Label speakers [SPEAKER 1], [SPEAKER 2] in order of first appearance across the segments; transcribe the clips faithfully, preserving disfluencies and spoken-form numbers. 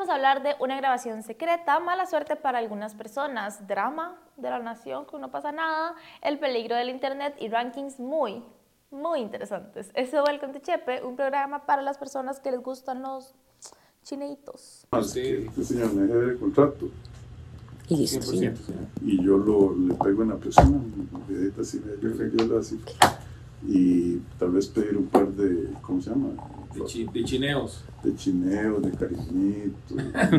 [SPEAKER 1] vamos a hablar de una grabación secreta, mala suerte para algunas personas, drama de la nación, que no pasa nada, el peligro del internet y rankings muy, muy interesantes. Eso es Welcome to Chepe, un programa para las personas que les gustan los chineitos.
[SPEAKER 2] Más que este señor me deje ver el contrato.
[SPEAKER 3] Y listo,
[SPEAKER 2] cien por ciento. Y yo lo, le pego en la persona, edita así, yo lo así. Y tal vez pedir un par de, ¿cómo se llama?
[SPEAKER 4] De, chi, de chineos.
[SPEAKER 2] De chineos, de cariñitos.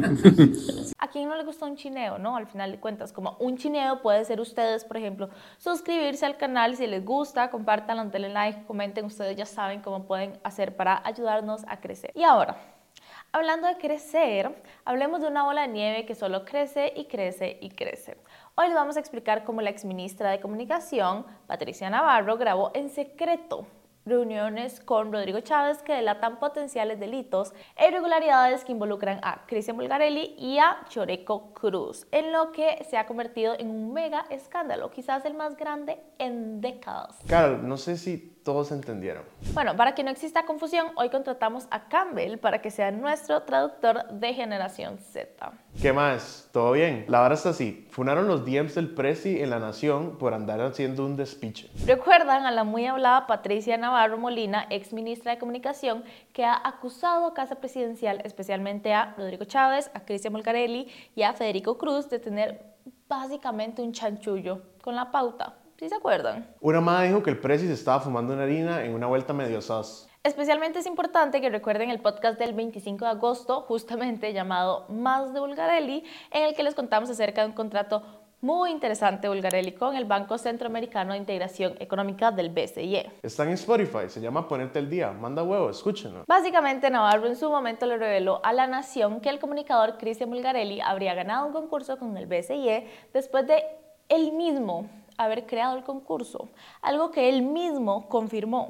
[SPEAKER 1] ¿A quién no le gusta un chineo, no? Al final de cuentas, como un chineo puede ser ustedes, por ejemplo, suscribirse al canal si les gusta, compártanlo, denle like, comenten, ustedes ya saben cómo pueden hacer para ayudarnos a crecer. Y ahora, hablando de crecer, hablemos de una bola de nieve que solo crece y crece y crece. Hoy les vamos a explicar cómo la exministra de Comunicación, Patricia Navarro, grabó en secreto reuniones con Rodrigo Chávez que delatan potenciales delitos e irregularidades que involucran a Cristian Bulgarelli y a Choreco Cruz, en lo que se ha convertido en un mega escándalo, quizás el más grande en décadas.
[SPEAKER 5] Carol, no sé si todos entendieron.
[SPEAKER 1] Bueno, para que no exista confusión, hoy contratamos a Campbell para que sea nuestro traductor de Generación Z.
[SPEAKER 5] ¿Qué más? ¿Todo bien? La verdad está así. Funaron los D Ms del Prezi en La Nación por andar haciendo un despiche.
[SPEAKER 1] ¿Recuerdan a la muy hablada Patricia Navarro Molina, ex ministra de Comunicación, que ha acusado a Casa Presidencial, especialmente a Rodrigo Chávez, a Cristian Bulgarelli y a Federico Cruz, de tener básicamente un chanchullo con la pauta? ¿Sí se acuerdan?
[SPEAKER 5] Una madre dijo que el Prezi se estaba fumando una harina en una vuelta medio sus.
[SPEAKER 1] Especialmente es importante que recuerden el podcast del veinticinco de agosto, justamente llamado Más de Bulgarelli, en el que les contamos acerca de un contrato muy interesante de Bulgarelli con el Banco Centroamericano de Integración Económica del B C I E.
[SPEAKER 5] Están en Spotify, se llama Ponerte el Día, manda huevo, escúchenlo.
[SPEAKER 1] Básicamente Navarro en su momento le reveló a La Nación que el comunicador Cristian Bulgarelli habría ganado un concurso con el B C I E después de él mismo haber creado el concurso, algo que él mismo confirmó.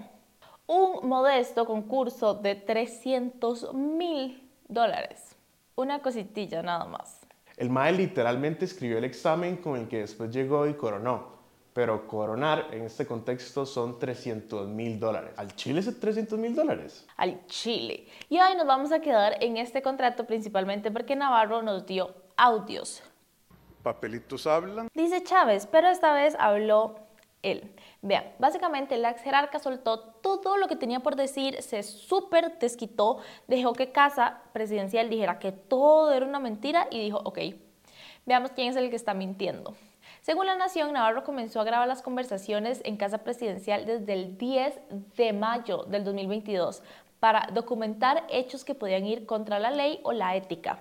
[SPEAKER 1] Un modesto concurso de trescientos mil dólares. Una cositilla nada más.
[SPEAKER 5] El mae literalmente escribió el examen con el que después llegó y coronó. Pero coronar en este contexto son trescientos mil dólares. ¿Al Chile es trescientos mil dólares?
[SPEAKER 1] Al Chile. Y hoy nos vamos a quedar en este contrato principalmente porque Navarro nos dio audios.
[SPEAKER 2] Papelitos hablan.
[SPEAKER 1] Dice Chávez, pero esta vez habló él. Vean, básicamente la ex jerarca soltó todo lo que tenía por decir, se súper desquitó, dejó que Casa Presidencial dijera que todo era una mentira y dijo, ok, veamos quién es el que está mintiendo. Según La Nación, Navarro comenzó a grabar las conversaciones en Casa Presidencial desde el diez de mayo del dos mil veintidós para documentar hechos que podían ir contra la ley o la ética.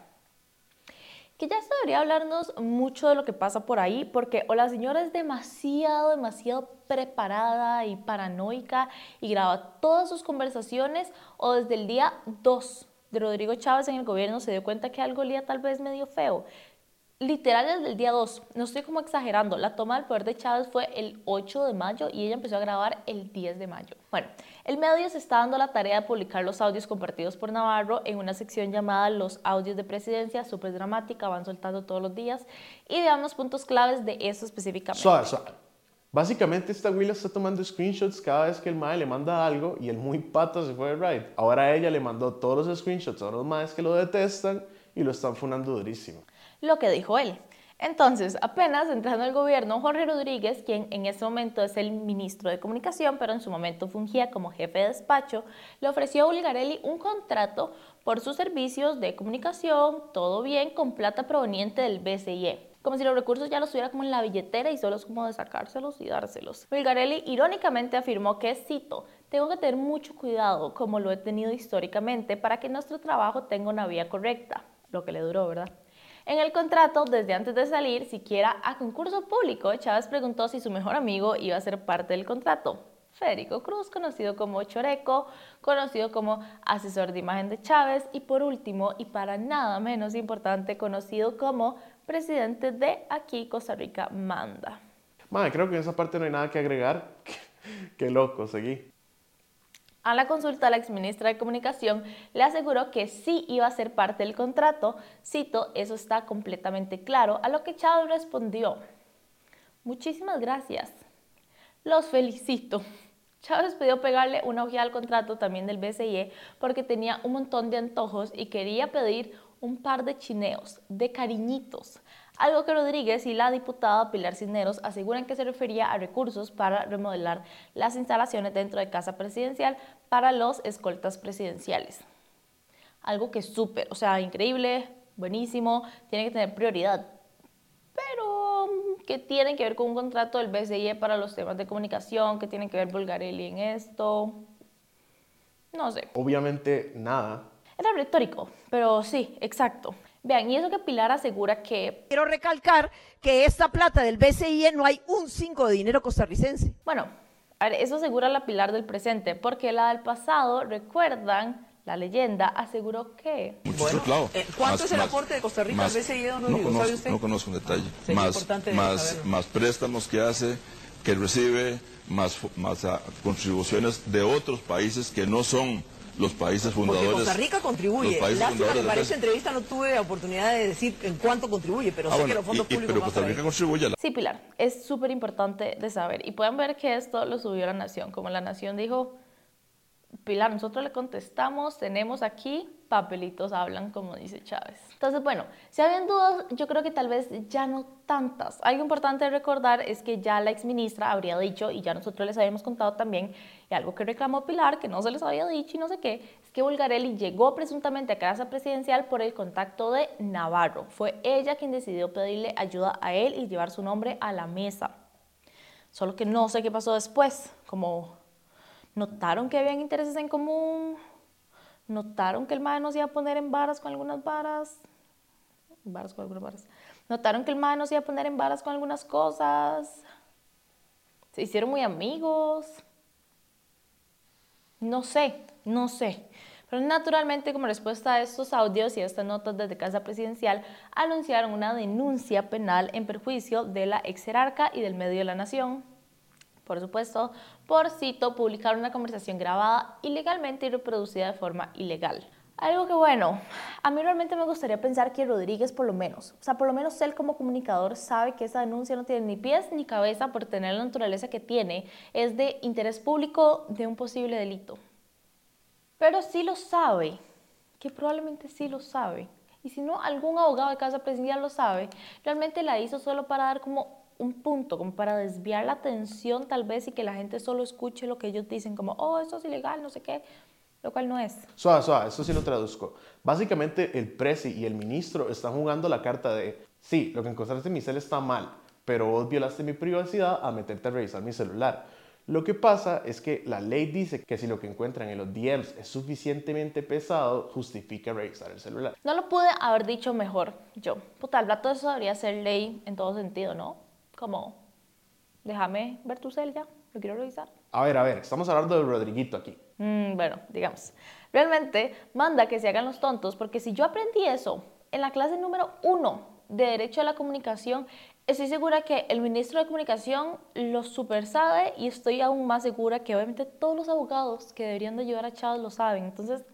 [SPEAKER 1] Que ya esto debería hablarnos mucho de lo que pasa por ahí, porque o la señora es demasiado, demasiado preparada y paranoica y graba todas sus conversaciones, o desde el día dos de Rodrigo Chávez en el gobierno se dio cuenta que algo olía tal vez medio feo. Literal desde el día dos, no estoy como exagerando, la toma del poder de Chávez fue el ocho de mayo y ella empezó a grabar el diez de mayo. Bueno, el medio se está dando la tarea de publicar los audios compartidos por Navarro en una sección llamada Los Audios de Presidencia, súper dramática, van soltando todos los días y veamos puntos claves de eso específicamente.
[SPEAKER 5] Suave, suave. Básicamente esta Willa está tomando screenshots cada vez que el mae le manda algo y el muy pato se fue de ride. Ahora ella le mandó todos los screenshots a los maes que lo detestan y lo están funando durísimo.
[SPEAKER 1] Lo que dijo él. Entonces, apenas entrando al gobierno, Jorge Rodríguez, quien en este momento es el ministro de Comunicación, pero en su momento fungía como jefe de despacho, le ofreció a Bulgarelli un contrato por sus servicios de comunicación, todo bien, con plata proveniente del B C I E. Como si los recursos ya los tuviera como en la billetera y solo es como de sacárselos y dárselos. Bulgarelli irónicamente afirmó que, cito, tengo que tener mucho cuidado, como lo he tenido históricamente, para que nuestro trabajo tenga una vía correcta. Lo que le duró, ¿verdad? En el contrato, desde antes de salir siquiera a concurso público, Chávez preguntó si su mejor amigo iba a ser parte del contrato. Federico Cruz, conocido como Choreco, conocido como asesor de imagen de Chávez y por último, y para nada menos importante, conocido como presidente de Aquí Costa Rica Manda.
[SPEAKER 5] Madre, creo que en esa parte no hay nada que agregar. Qué loco, seguí.
[SPEAKER 1] A la consulta, la exministra de Comunicación le aseguró que sí iba a ser parte del contrato. Cito, eso está completamente claro, a lo que Chávez respondió, muchísimas gracias, los felicito. Chávez pidió pegarle una ojeada al contrato también del B C I E porque tenía un montón de antojos y quería pedir un par de chineos, de cariñitos. Algo que Rodríguez y la diputada Pilar Cisneros aseguran que se refería a recursos para remodelar las instalaciones dentro de Casa Presidencial para los escoltas presidenciales. Algo que es súper, o sea, increíble, buenísimo, tiene que tener prioridad, pero que tienen que ver con un contrato del B C I E para los temas de comunicación, que tiene que ver Bulgarelli en esto, no sé.
[SPEAKER 5] Obviamente nada.
[SPEAKER 1] Era retórico, pero sí, exacto. Vean, y eso que Pilar asegura que...
[SPEAKER 3] Quiero recalcar que esta plata del B C I E no hay un cinco de dinero costarricense.
[SPEAKER 1] Bueno, a ver, eso asegura la Pilar del presente, porque la del pasado, recuerdan, la leyenda aseguró que...
[SPEAKER 4] Bueno, claro.
[SPEAKER 3] eh, ¿Cuánto
[SPEAKER 4] Más-
[SPEAKER 3] es el
[SPEAKER 4] más-
[SPEAKER 3] aporte de Costa Rica
[SPEAKER 4] más-
[SPEAKER 3] al B C I E, don
[SPEAKER 4] no
[SPEAKER 3] Rodrigo? ¿Sabe
[SPEAKER 4] conozco,
[SPEAKER 3] usted?
[SPEAKER 4] no conozco en detalle.
[SPEAKER 3] Sería
[SPEAKER 4] Más,
[SPEAKER 3] importante
[SPEAKER 4] más,
[SPEAKER 3] saberlo.
[SPEAKER 4] más préstamos que hace, que recibe, más, fu- más ah, contribuciones de otros países que no son los países
[SPEAKER 3] Porque
[SPEAKER 4] fundadores.
[SPEAKER 3] Costa Rica contribuye.
[SPEAKER 4] los países
[SPEAKER 3] Lástima que
[SPEAKER 4] fundadores
[SPEAKER 3] para
[SPEAKER 4] del
[SPEAKER 3] esta
[SPEAKER 4] B C I.
[SPEAKER 3] entrevista no tuve oportunidad de decir en cuánto contribuye, pero
[SPEAKER 4] Ah,
[SPEAKER 3] sé
[SPEAKER 4] bueno,
[SPEAKER 3] que los fondos
[SPEAKER 4] y- y-
[SPEAKER 3] públicos
[SPEAKER 4] pero
[SPEAKER 3] van
[SPEAKER 4] Costa
[SPEAKER 3] para
[SPEAKER 4] Rica
[SPEAKER 3] ahí.
[SPEAKER 4] contribuye a la...
[SPEAKER 1] Sí, Pilar, es súper importante de saber. Y pueden ver que esto lo subió La Nación. Como La Nación dijo, Pilar, nosotros le contestamos, tenemos aquí, papelitos hablan, como dice Chávez. Entonces, bueno, si habían dudas, yo creo que tal vez ya no tantas. Algo importante de recordar es que ya la exministra habría dicho, y ya nosotros les habíamos contado también, y algo que reclamó Pilar, que no se les había dicho y no sé qué, es que Bulgarelli llegó presuntamente a Casa Presidencial por el contacto de Navarro. Fue ella quien decidió pedirle ayuda a él y llevar su nombre a la mesa. Solo que no sé qué pasó después, como... Notaron que habían intereses en común, notaron que el mae nos iba a poner en varas con algunas varas, varas con algunas varas, notaron que el mae nos iba a poner en varas con algunas cosas, se hicieron muy amigos, no sé, no sé. Pero naturalmente, como respuesta a estos audios y a estas notas desde Casa Presidencial, anunciaron una denuncia penal en perjuicio de la ex jerarca y del medio de la nación. Por supuesto, por, cito, publicar una conversación grabada ilegalmente y reproducida de forma ilegal. Algo que, bueno, a mí realmente me gustaría pensar que Rodríguez por lo menos, o sea, por lo menos él como comunicador sabe que esa denuncia no tiene ni pies ni cabeza por tener la naturaleza que tiene, es de interés público de un posible delito. Pero sí lo sabe, que probablemente sí lo sabe. Y si no, algún abogado de Casa Presidencial lo sabe, realmente la hizo solo para dar como un punto, como para desviar la atención tal vez y que la gente solo escuche lo que ellos dicen, como, oh, esto es ilegal, no sé qué, lo cual no es.
[SPEAKER 5] Suave, suave, esto sí lo traduzco. Básicamente el presi y el ministro están jugando la carta de, sí, lo que encontraste en mi cel está mal, pero vos violaste mi privacidad a meterte a revisar mi celular. Lo que pasa es que la ley dice que si lo que encuentran en los D Ms es suficientemente pesado, justifica revisar el celular.
[SPEAKER 1] No lo pude haber dicho mejor yo. Puta, al rato eso debería ser ley en todo sentido, ¿no? Como, déjame ver tu cel ya, lo quiero revisar.
[SPEAKER 5] A ver, a ver, estamos hablando de Rodriguito aquí.
[SPEAKER 1] Mm, bueno, digamos, realmente manda que se hagan los tontos, porque si yo aprendí eso en la clase número uno de Derecho a la Comunicación, estoy segura que el ministro de Comunicación lo super sabe y estoy aún más segura que obviamente todos los abogados que deberían de ayudar a Chávez lo saben. Entonces,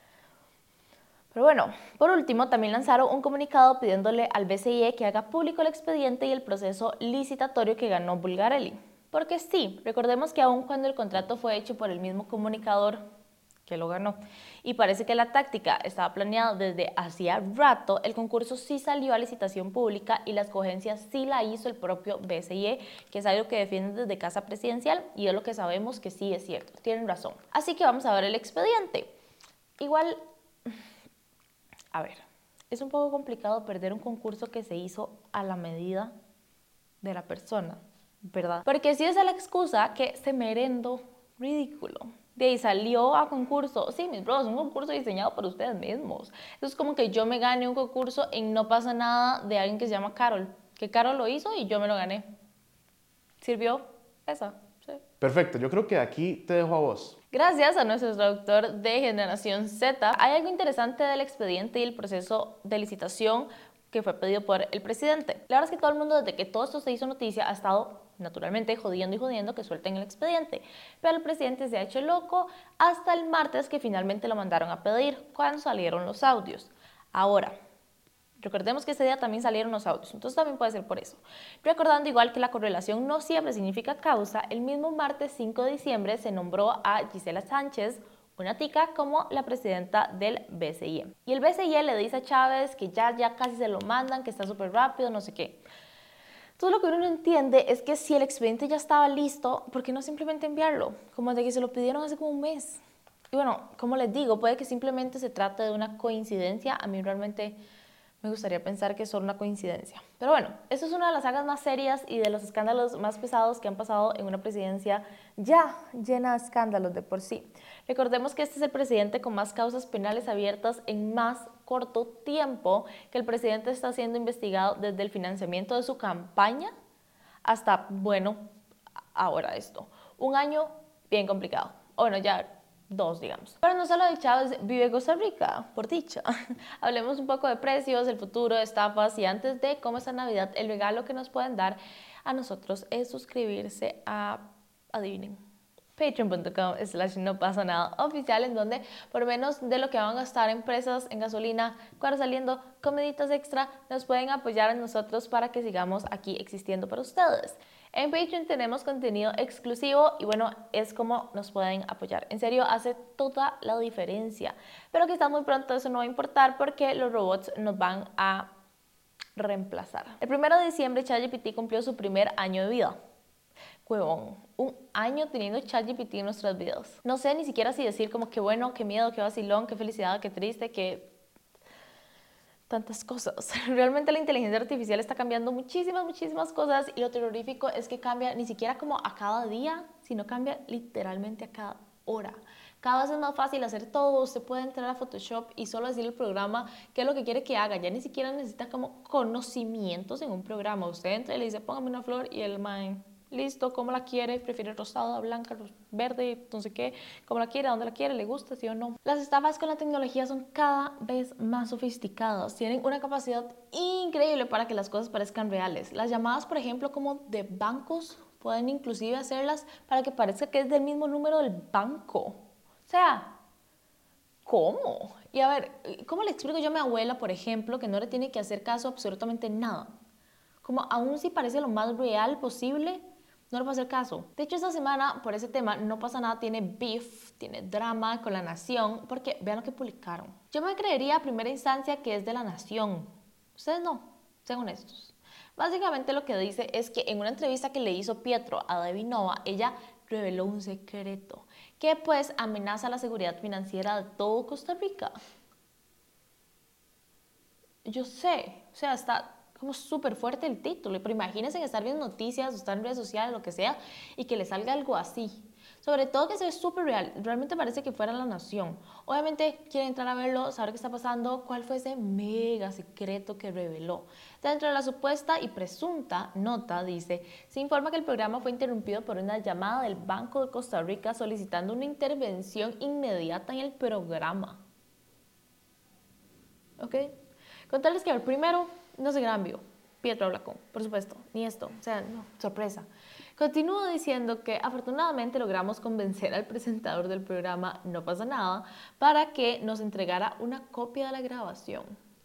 [SPEAKER 1] pero bueno, por último, también lanzaron un comunicado pidiéndole al B C I E que haga público el expediente y el proceso licitatorio que ganó Bulgarelli. Porque sí, recordemos que aun cuando el contrato fue hecho por el mismo comunicador que lo ganó, y parece que la táctica estaba planeada desde hacía rato, el concurso sí salió a licitación pública y la escogencia sí la hizo el propio B C I E, que es algo que defienden desde Casa Presidencial y es lo que sabemos que sí es cierto, tienen razón. Así que vamos a ver el expediente. Igual... A ver, es un poco complicado perder un concurso que se hizo a la medida de la persona, ¿verdad? Porque si esa es la excusa, que se merendo ridículo. De ahí salió a concurso. Sí, mis bros, un concurso diseñado por ustedes mismos. Eso es como que yo me gane un concurso en No Pasa Nada de alguien que se llama Carol. Que Carol lo hizo y yo me lo gané. ¿Sirvió esa? Sí.
[SPEAKER 5] Perfecto, yo creo que aquí te dejo a vos.
[SPEAKER 1] Gracias a nuestro traductor de Generación Z, hay algo interesante del expediente y el proceso de licitación que fue pedido por el presidente. La verdad es que todo el mundo, desde que todo esto se hizo noticia, ha estado naturalmente jodiendo y jodiendo que suelten el expediente. Pero el presidente se ha hecho loco hasta el martes que finalmente lo mandaron a pedir, cuando salieron los audios. Ahora, recordemos que ese día también salieron los audios, entonces también puede ser por eso. Recordando igual que la correlación no siempre significa causa, el mismo martes cinco de diciembre se nombró a Gisela Sánchez una tica como la presidenta del B C I E. Y el B C I E le dice a Chávez que ya, ya casi se lo mandan, que está súper rápido, no sé qué. Entonces lo que uno no entiende es que si el expediente ya estaba listo, ¿por qué no simplemente enviarlo? Como de que se lo pidieron hace como un mes. Y bueno, como les digo, puede que simplemente se trate de una coincidencia. A mí realmente me gustaría pensar que es solo una coincidencia. Pero bueno, esto es una de las sagas más serias y de los escándalos más pesados que han pasado en una presidencia ya llena de escándalos de por sí. Recordemos que este es el presidente con más causas penales abiertas en más corto tiempo, que el presidente está siendo investigado desde el financiamiento de su campaña hasta, bueno, ahora esto. Un año bien complicado. Bueno, ya dos, digamos. Pero no solo de Chávez vive Costa Rica, por dicha. Hablemos un poco de precios, el futuro, de estafas y antes de cómo esta Navidad el regalo que nos pueden dar a nosotros es suscribirse a, adivinen, patreon punto com slash no pasa nada oficial, en donde por menos de lo que van a gastar en presas, en gasolina, cuando saliendo, comiditas extra, nos pueden apoyar a nosotros para que sigamos aquí existiendo para ustedes. En Patreon tenemos contenido exclusivo y bueno, es como nos pueden apoyar. En serio, hace toda la diferencia. Pero quizás muy pronto eso no va a importar porque los robots nos van a reemplazar. El primero de diciembre ChatGPT cumplió su primer año de vida. Huevón, un año teniendo ChatGPT en nuestras vidas. No sé ni siquiera si decir como que bueno, qué miedo, qué vacilón, qué felicidad, qué triste, qué tantas cosas. Realmente la inteligencia artificial está cambiando muchísimas, muchísimas cosas y lo terrorífico es que cambia ni siquiera como a cada día, sino cambia literalmente a cada hora. Cada vez es más fácil hacer todo, usted puede entrar a Photoshop y solo decirle al programa qué es lo que quiere que haga, ya ni siquiera necesita como conocimientos en un programa. Usted entra y le dice póngame una flor y el man, listo, ¿cómo la quiere? ¿Prefiere rosada, blanca, verde, no sé qué? ¿Cómo la quiere? ¿A dónde la quiere? ¿Le gusta? ¿Sí o no? Las estafas con la tecnología son cada vez más sofisticadas. Tienen una capacidad increíble para que las cosas parezcan reales. Las llamadas, por ejemplo, como de bancos, pueden inclusive hacerlas para que parezca que es del mismo número del banco. O sea, ¿cómo? Y a ver, ¿cómo le explico yo a mi abuela, por ejemplo, que no le tiene que hacer caso a absolutamente nada? Como aún si parece lo más real posible, no le va a hacer caso. De hecho, esta semana, por ese tema, No Pasa Nada tiene beef, tiene drama con La Nación, porque vean lo que publicaron. Yo me creería a primera instancia que es de La Nación. Ustedes no, sean honestos. Básicamente lo que dice es que en una entrevista que le hizo Pietro a Debbie Nova, ella reveló un secreto que pues amenaza la seguridad financiera de todo Costa Rica. Yo sé, o sea, está como súper fuerte el título, pero imagínense estar viendo noticias o estar en redes sociales, lo que sea, y que le salga algo así. Sobre todo que se ve súper real, realmente parece que fuera La Nación. Obviamente quiere entrar a verlo, saber qué está pasando, cuál fue ese mega secreto que reveló. Dentro de la supuesta y presunta nota dice, se informa que el programa fue interrumpido por una llamada del Banco de Costa Rica solicitando una intervención inmediata en el programa. ¿Ok? Contarles que el primero no se gran vivo. Pietro habla con, por supuesto, ni esto, o sea, no, sorpresa. Continúo diciendo que afortunadamente logramos convencer al presentador del programa No Pasa Nada para que nos entregara una copia de la grabación.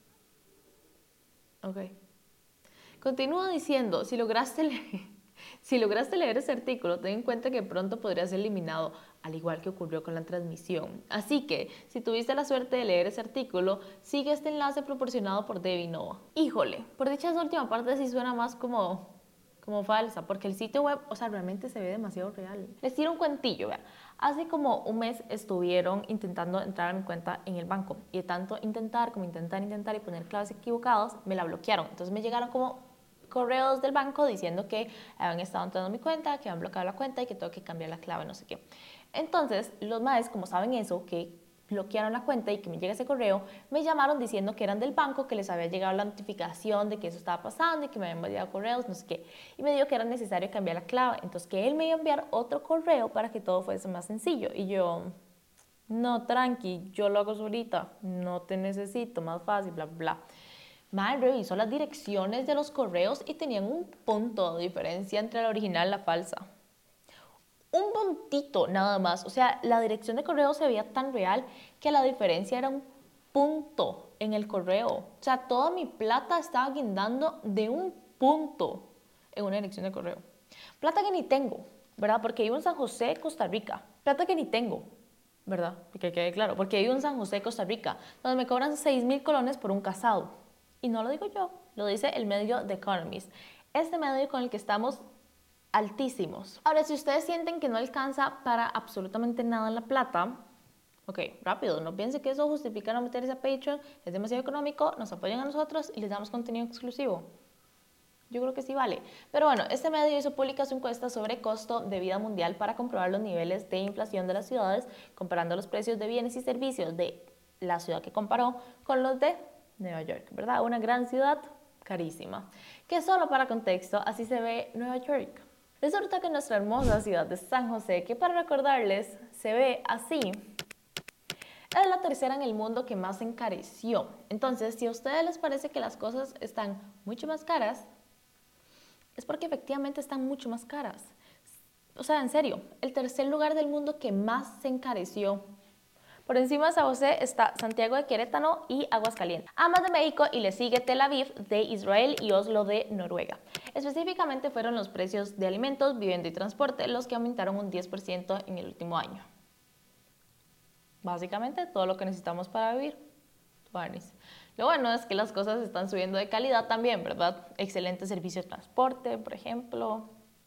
[SPEAKER 1] Ok. Continúo diciendo, si lograste leer, si lograste leer ese artículo, ten en cuenta que pronto podría ser eliminado, al igual que ocurrió con la transmisión. Así que, si tuviste la suerte de leer ese artículo, sigue este enlace proporcionado por Debbie Nova. Híjole, por dicha esa última parte sí suena más como, como falsa, porque el sitio web, o sea, realmente se ve demasiado real. Les tiro un cuentillo, vean. Hace como un mes estuvieron intentando entrar a mi cuenta en el banco, y de tanto intentar, como intentar, intentar y poner claves equivocadas, me la bloquearon. Entonces me llegaron como correos del banco diciendo que habían estado entrando a mi cuenta, que habían bloqueado la cuenta y que tengo que cambiar la clave, no sé qué. Entonces, los maes, como saben eso, que bloquearon la cuenta y que me llega ese correo, me llamaron diciendo que eran del banco, que les había llegado la notificación de que eso estaba pasando y que me habían enviado correos, no sé qué. Y me dijo que era necesario cambiar la clave. Entonces, que él me iba a enviar otro correo para que todo fuese más sencillo. Y yo, no, tranqui, yo lo hago solita, no te necesito, más fácil, bla, bla, bla. Mae revisó las direcciones de los correos y tenían un punto de diferencia entre la original y la falsa. Un puntito nada más. O sea, la dirección de correo se veía tan real que la diferencia era un punto en el correo. O sea, toda mi plata estaba guindando de un punto en una dirección de correo. Plata que ni tengo, ¿verdad? Porque vivo en San José, Costa Rica. Plata que ni tengo. ¿verdad? Que quede claro, porque vivo en San José, Costa Rica, donde me cobran seis mil colones por un casado. Y no lo digo yo, lo dice el medio The Economist, este medio con el que estamos altísimos. Ahora, si ustedes sienten que no alcanza para absolutamente nada la plata, ok, rápido, no piensen que eso justifica no meterse a Patreon, es demasiado económico, nos apoyan a nosotros y les damos contenido exclusivo. Yo creo que sí vale. Pero bueno, este medio hizo pública su encuesta sobre costo de vida mundial para comprobar los niveles de inflación de las ciudades, comparando los precios de bienes y servicios de la ciudad que comparó con los de Nueva York, ¿verdad? Una gran ciudad carísima. Que solo para contexto, así se ve Nueva York. Resulta que nuestra hermosa ciudad de San José, que para recordarles, se ve así, es la tercera en el mundo que más se encareció. Entonces, si a ustedes les parece que las cosas están mucho más caras, es porque efectivamente están mucho más caras. O sea, en serio, el tercer lugar del mundo que más se encareció. Por encima de San José está Santiago de Querétaro y Aguascalientes, ambas de México, y le sigue Tel Aviv de Israel y Oslo de Noruega. Específicamente fueron los precios de alimentos, vivienda y transporte los que aumentaron un diez por ciento en el último año. Básicamente todo lo que necesitamos para vivir. Tuanis. Lo bueno es que las cosas están subiendo de calidad también, ¿verdad? Excelente servicio de transporte, por ejemplo.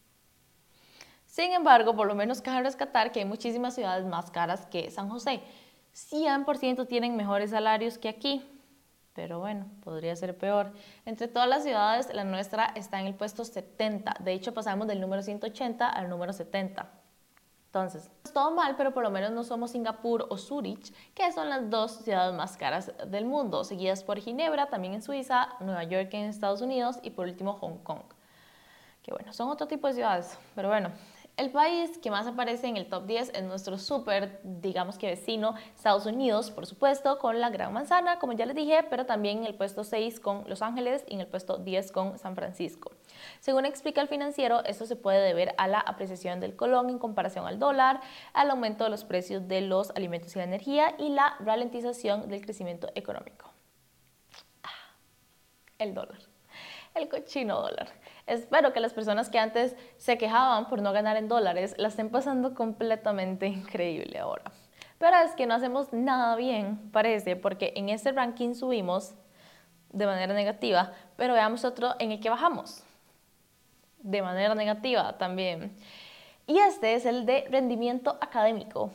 [SPEAKER 1] Sin embargo, por lo menos cabe rescatar que hay muchísimas ciudades más caras que San José. cien por ciento tienen mejores salarios que aquí, pero bueno, podría ser peor. Entre todas las ciudades, la nuestra está en el puesto setenta. De hecho, pasamos del número ciento ochenta al número setenta. Entonces, es todo mal, pero por lo menos no somos Singapur o Zurich, que son las dos ciudades más caras del mundo, seguidas por Ginebra, también en Suiza, Nueva York en Estados Unidos y por último Hong Kong. Que bueno, son otro tipo de ciudades, pero bueno. El país que más aparece en el top diez es nuestro súper, digamos que vecino, Estados Unidos, por supuesto, con la Gran Manzana, como ya les dije, pero también en el puesto seis con Los Ángeles y en el puesto diez con San Francisco. Según explica el Financiero, esto se puede deber a la apreciación del colón en comparación al dólar, al aumento de los precios de los alimentos y la energía y la ralentización del crecimiento económico. Ah, el dólar. El cochino dólar. Espero que las personas que antes se quejaban por no ganar en dólares la estén pasando completamente increíble ahora. Pero es que no hacemos nada bien, parece, porque en este ranking subimos de manera negativa, pero veamos otro en el que bajamos de manera negativa también. Y este es el de rendimiento académico.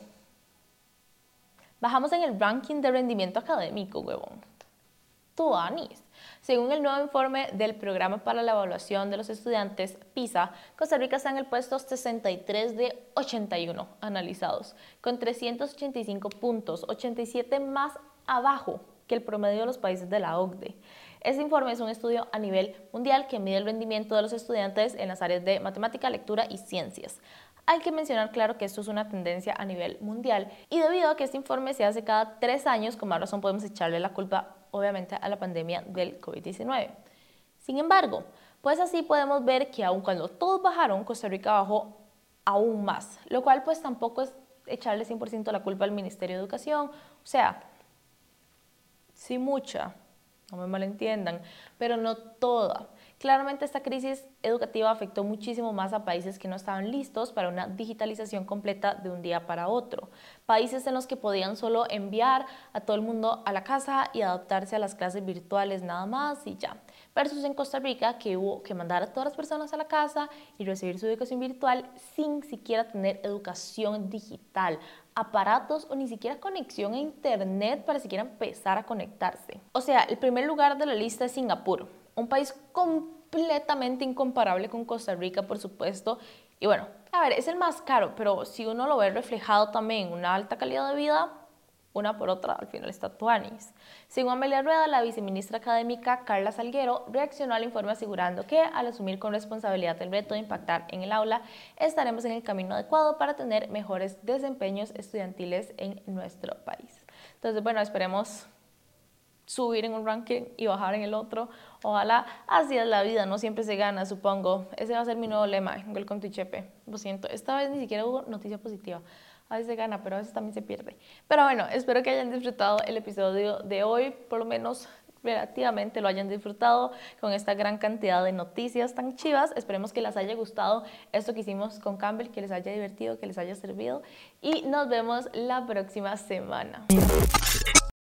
[SPEAKER 1] Bajamos en el ranking de rendimiento académico, huevón. Tuanis. Según el nuevo informe del Programa para la Evaluación de los Estudiantes, PISA, Costa Rica está en el puesto sesenta y tres de ochenta y uno analizados, con trescientos ochenta y cinco puntos, ochenta y siete más abajo que el promedio de los países de la O C D E. Este informe es un estudio a nivel mundial que mide el rendimiento de los estudiantes en las áreas de matemática, lectura y ciencias. Hay que mencionar claro que esto es una tendencia a nivel mundial y debido a que este informe se hace cada tres años, con más razón podemos echarle la culpa obviamente a la pandemia del COVID diecinueve. Sin embargo, pues así podemos ver que aun cuando todos bajaron, Costa Rica bajó aún más, lo cual pues tampoco es echarle cien por ciento la culpa al Ministerio de Educación, o sea, sí mucha, no me malentiendan, pero no toda. Claramente esta crisis educativa afectó muchísimo más a países que no estaban listos para una digitalización completa de un día para otro. Países en los que podían solo enviar a todo el mundo a la casa y adaptarse a las clases virtuales nada más y ya. Versus en Costa Rica, que hubo que mandar a todas las personas a la casa y recibir su educación virtual sin siquiera tener educación digital, aparatos o ni siquiera conexión a internet para siquiera empezar a conectarse. O sea, el primer lugar de la lista es Singapur, un país completamente incomparable con Costa Rica, por supuesto. Y bueno, a ver, es el más caro, pero si uno lo ve reflejado también en una alta calidad de vida, una por otra, al final está tuanis. Según Amelia Rueda, la viceministra académica Carla Salguero reaccionó al informe asegurando que al asumir con responsabilidad el reto de impactar en el aula, estaremos en el camino adecuado para tener mejores desempeños estudiantiles en nuestro país. Entonces, bueno, esperemos subir en un ranking y bajar en el otro. Ojalá, así es la vida, no siempre se gana, supongo. Ese va a ser mi nuevo lema, Welcome to Chepe. Lo siento, esta vez ni siquiera hubo noticia positiva. A veces se gana, pero a veces también se pierde. Pero bueno, espero que hayan disfrutado el episodio de hoy, por lo menos relativamente lo hayan disfrutado con esta gran cantidad de noticias tan chivas. Esperemos que les haya gustado esto que hicimos con Campbell, que les haya divertido, que les haya servido y nos vemos la próxima semana.